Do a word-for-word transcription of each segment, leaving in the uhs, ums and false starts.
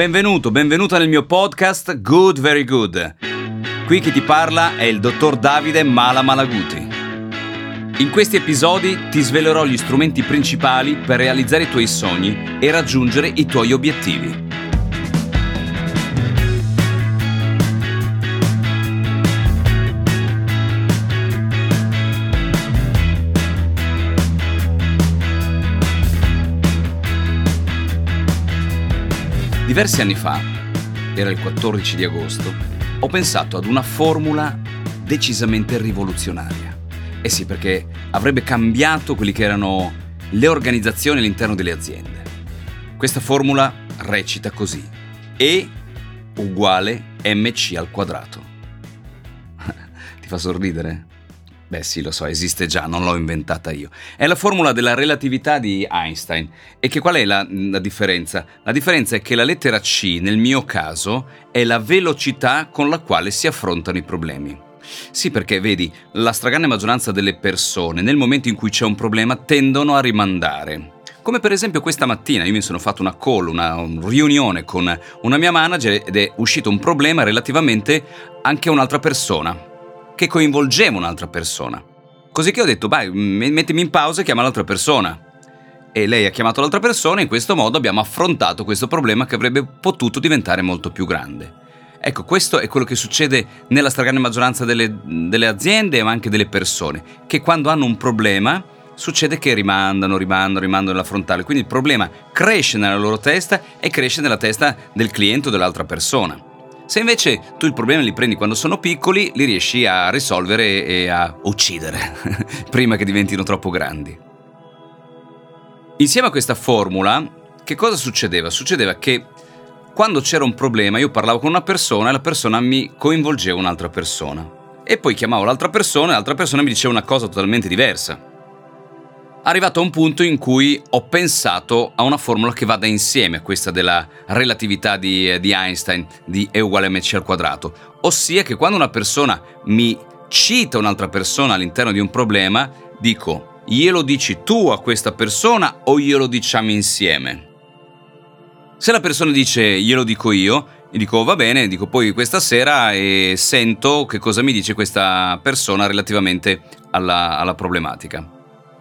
Benvenuto, benvenuta nel mio podcast Good Very Good. Qui chi ti parla è il dottor Davide Mala Malaguti. In questi episodi ti svelerò gli strumenti principali per realizzare i tuoi sogni e raggiungere i tuoi obiettivi. Diversi anni fa, era il quattordici di agosto, ho pensato ad una formula decisamente rivoluzionaria. Eh sì, perché avrebbe cambiato quelli che erano le organizzazioni all'interno delle aziende. Questa formula recita così: E uguale mc al quadrato. Ti fa sorridere? Beh sì, lo so, esiste già, non l'ho inventata io. È la formula della relatività di Einstein. E che qual è la, la differenza? La differenza è che la lettera C, nel mio caso, è la velocità con la quale si affrontano i problemi. Sì, perché vedi, la stragrande maggioranza delle persone, nel momento in cui c'è un problema, tendono a rimandare. Come per esempio questa mattina, io mi sono fatto una call, una, una riunione con una mia manager ed è uscito un problema relativamente anche a un'altra persona, che coinvolgeva un'altra persona. Così che ho detto, vai, mettimi in pausa e chiama l'altra persona. E lei ha chiamato l'altra persona e in questo modo abbiamo affrontato questo problema che avrebbe potuto diventare molto più grande. Ecco, questo è quello che succede nella stragrande maggioranza delle, delle aziende, ma anche delle persone, che quando hanno un problema succede che rimandano, rimandano, rimandano nell'affrontarlo. Quindi il problema cresce nella loro testa e cresce nella testa del cliente o dell'altra persona. Se invece tu il problema li prendi quando sono piccoli, li riesci a risolvere e a uccidere prima che diventino troppo grandi. Insieme a questa formula, che cosa succedeva? Succedeva che quando c'era un problema io parlavo con una persona e la persona mi coinvolgeva un'altra persona. E poi chiamavo l'altra persona e l'altra persona mi diceva una cosa totalmente diversa. Arrivato a un punto in cui ho pensato a una formula che vada insieme a questa della relatività di, di Einstein, di E uguale mc al quadrato. Ossia che quando una persona mi cita un'altra persona all'interno di un problema, dico, glielo dici tu a questa persona o glielo diciamo insieme? Se la persona dice glielo dico io, gli dico va bene, dico poi questa sera e sento che cosa mi dice questa persona relativamente alla, alla problematica.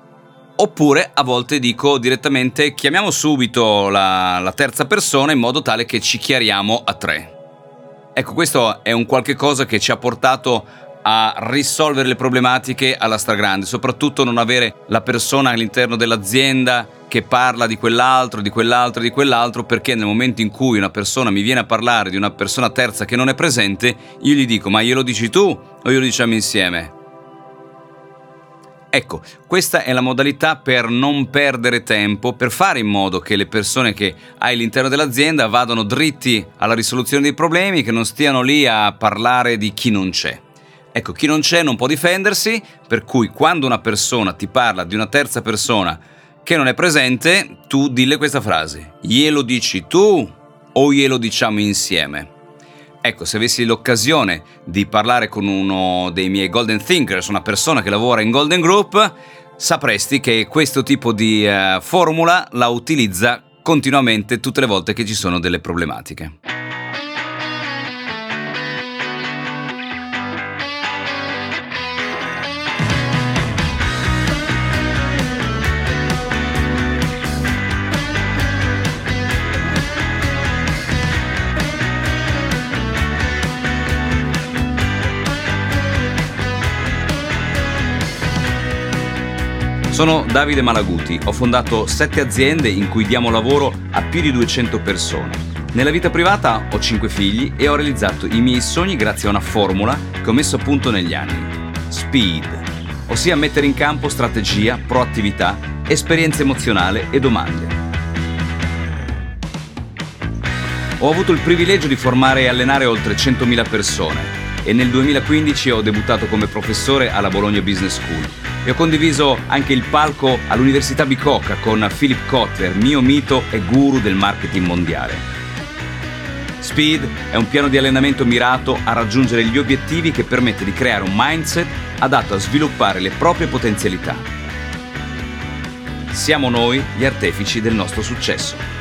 Oppure a volte dico direttamente chiamiamo subito la, la terza persona in modo tale che ci chiariamo a tre. Ecco, questo è un qualche cosa che ci ha portato a risolvere le problematiche alla stragrande, soprattutto non avere la persona all'interno dell'azienda che parla di quell'altro, di quell'altro, di quell'altro, perché nel momento in cui una persona mi viene a parlare di una persona terza che non è presente, io gli dico ma glielo dici tu o glielo diciamo insieme? Ecco, questa è la modalità per non perdere tempo, per fare in modo che le persone che hai all'interno dell'azienda vadano dritti alla risoluzione dei problemi, che non stiano lì a parlare di chi non c'è. Ecco, chi non c'è non può difendersi, per cui quando una persona ti parla di una terza persona che non è presente, tu dille questa frase: glielo dici tu o glielo diciamo insieme? Ecco, se avessi l'occasione di parlare con uno dei miei Golden Thinkers, una persona che lavora in Golden Group, sapresti che questo tipo di uh, formula la utilizza continuamente tutte le volte che ci sono delle problematiche. Sono Davide Malaguti, ho fondato sette aziende in cui diamo lavoro a più di duecento persone. Nella vita privata ho cinque figli e ho realizzato i miei sogni grazie a una formula che ho messo a punto negli anni. Speed, ossia mettere in campo strategia, proattività, esperienza emozionale e domande. Ho avuto il privilegio di formare e allenare oltre centomila persone e nel duemilaquindici ho debuttato come professore alla Bologna Business School. E ho condiviso anche il palco all'Università Bicocca con Philip Kotler, mio mito e guru del marketing mondiale. Speed è un piano di allenamento mirato a raggiungere gli obiettivi che permette di creare un mindset adatto a sviluppare le proprie potenzialità. Siamo noi gli artefici del nostro successo.